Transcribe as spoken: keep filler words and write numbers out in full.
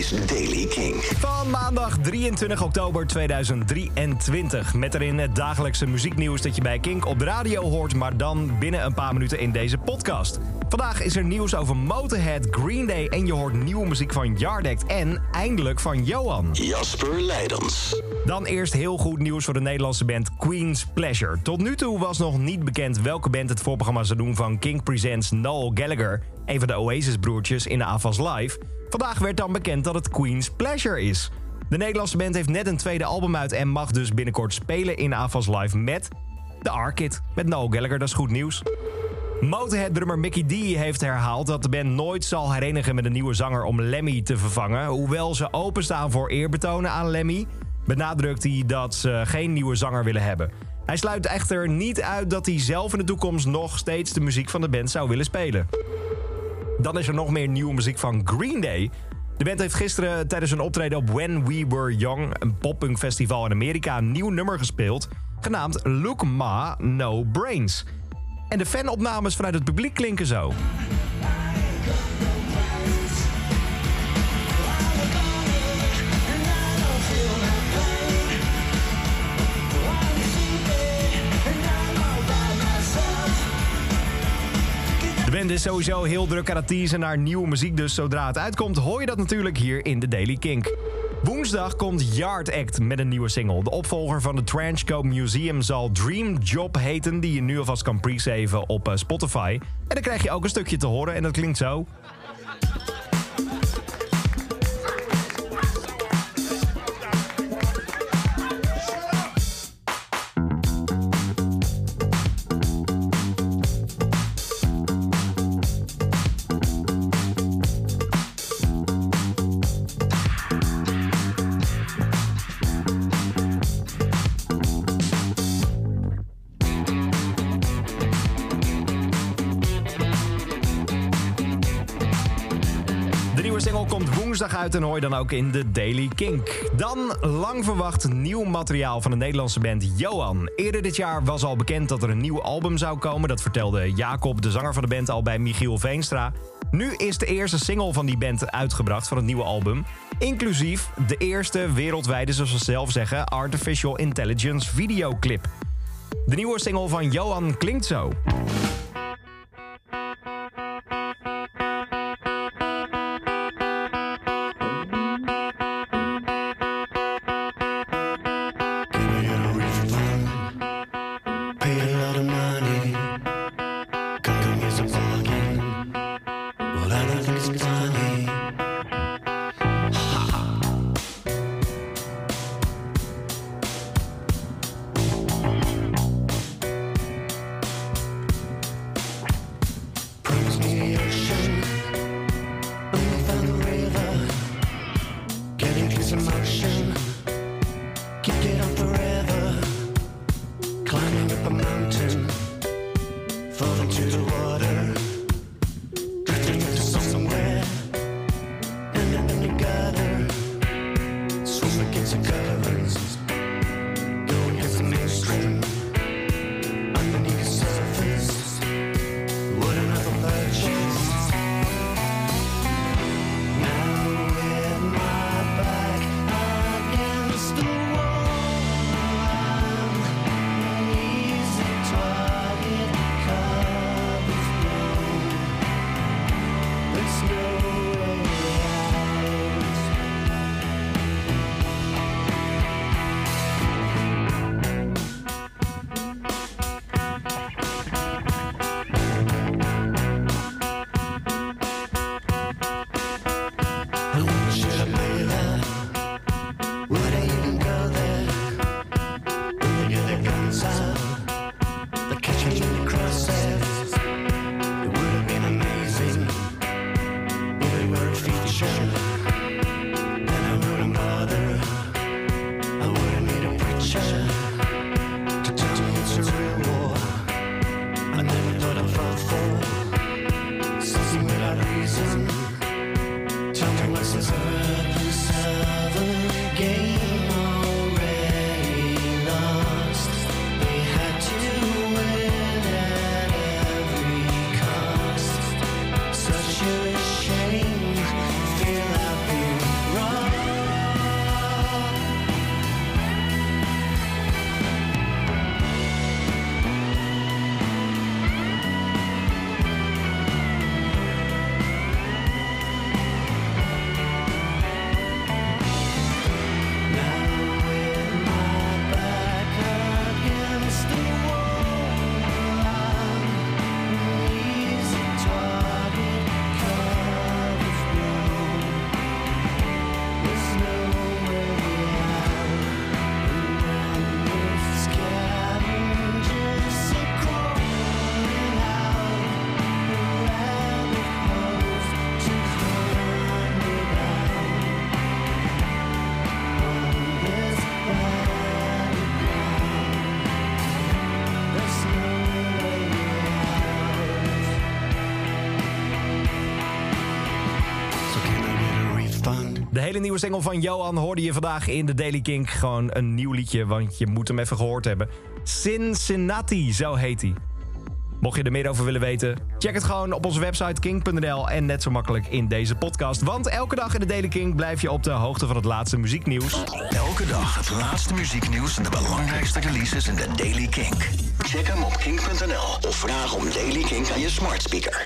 is Daily King. Van maandag drieëntwintig oktober tweeduizend drieëntwintig. Met erin het dagelijkse muzieknieuws dat je bij Kink op de radio hoort, maar dan binnen een paar minuten in deze podcast. Vandaag is er nieuws over Motorhead, Green Day en je hoort nieuwe muziek van Yard Act en eindelijk van Johan. Jasper Leidens. Dan eerst heel goed nieuws voor de Nederlandse band Queen's Pleasure. Tot nu toe was nog niet bekend welke band het voorprogramma zou doen van Kink Presents Noel Gallagher, een van de Oasis-broertjes in de A F A S Live. Vandaag werd dan bekend dat het Queen's Pleasure is. De Nederlandse band heeft net een tweede album uit en mag dus binnenkort spelen in A F A S Live met de R-Kid, met Noel Gallagher. Dat is goed nieuws. Motorhead-drummer Mikkey Dee heeft herhaald dat de band nooit zal herenigen met een nieuwe zanger om Lemmy te vervangen. Hoewel ze openstaan voor eerbetonen aan Lemmy, benadrukt hij dat ze geen nieuwe zanger willen hebben. Hij sluit echter niet uit dat hij zelf in de toekomst nog steeds de muziek van de band zou willen spelen. Dan is er nog meer nieuwe muziek van Green Day. De band heeft gisteren tijdens een optreden op When We Were Young, een poppunkfestival in Amerika, een nieuw nummer gespeeld, genaamd Look Ma No Brains. En de fanopnames vanuit het publiek klinken zo. De band is sowieso heel druk aan het teasen naar nieuwe muziek, dus zodra het uitkomt hoor je dat natuurlijk hier in de Daily Kink. Woensdag komt Yard Act met een nieuwe single. De opvolger van de Trenchcoat Museum zal Dream Job heten, die je nu alvast kan pre-saven op Spotify. En dan krijg je ook een stukje te horen en dat klinkt zo. De nieuwe single komt woensdag uit en hoor je dan ook in de Daily Kink. Dan lang verwacht nieuw materiaal van de Nederlandse band Johan. Eerder dit jaar was al bekend dat er een nieuw album zou komen. Dat vertelde Jacob, de zanger van de band, al bij Michiel Veenstra. Nu is de eerste single van die band uitgebracht van het nieuwe album. Inclusief de eerste wereldwijde, zoals ze zelf zeggen, Artificial Intelligence videoclip. De nieuwe single van Johan klinkt zo. Such a shame, feel I've been wrong. De hele nieuwe single van Johan hoorde je vandaag in de Daily Kink. Gewoon een nieuw liedje, want je moet hem even gehoord hebben. Cincinnati, zo heet hij. Mocht je er meer over willen weten, check het gewoon op onze website kink punt n l en net zo makkelijk in deze podcast. Want elke dag in de Daily Kink blijf je op de hoogte van het laatste muzieknieuws. Elke dag het laatste muzieknieuws en de belangrijkste releases in de Daily Kink. Check hem op kink punt n l of vraag om Daily Kink aan je smart speaker.